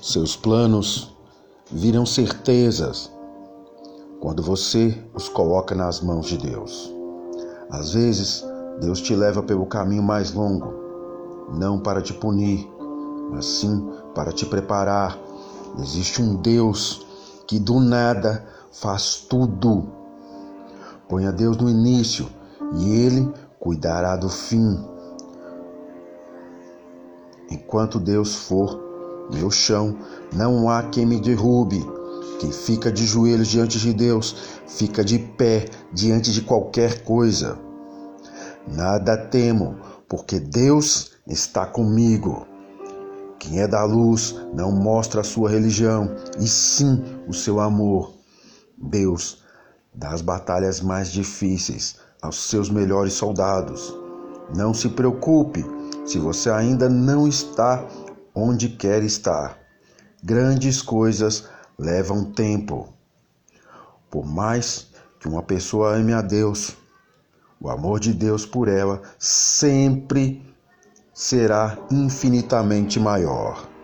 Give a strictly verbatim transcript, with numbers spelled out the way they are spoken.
Seus planos viram certezas quando você os coloca nas mãos de Deus. Às vezes, Deus te leva pelo caminho mais longo, não para te punir, mas sim para te preparar. Existe um Deus que do nada faz tudo. Ponha Deus no início e Ele cuidará do fim. Enquanto Deus for meu chão, não há quem me derrube. Quem fica de joelhos diante de Deus, fica de pé diante de qualquer coisa. Nada temo, porque Deus está comigo. Quem é da luz não mostra a sua religião, e sim o seu amor. Deus dá as batalhas mais difíceis aos seus melhores soldados. Não se preocupe se você ainda não está onde quer estar. Grandes coisas levam tempo. Por mais que uma pessoa ame a Deus, o amor de Deus por ela sempre será infinitamente maior.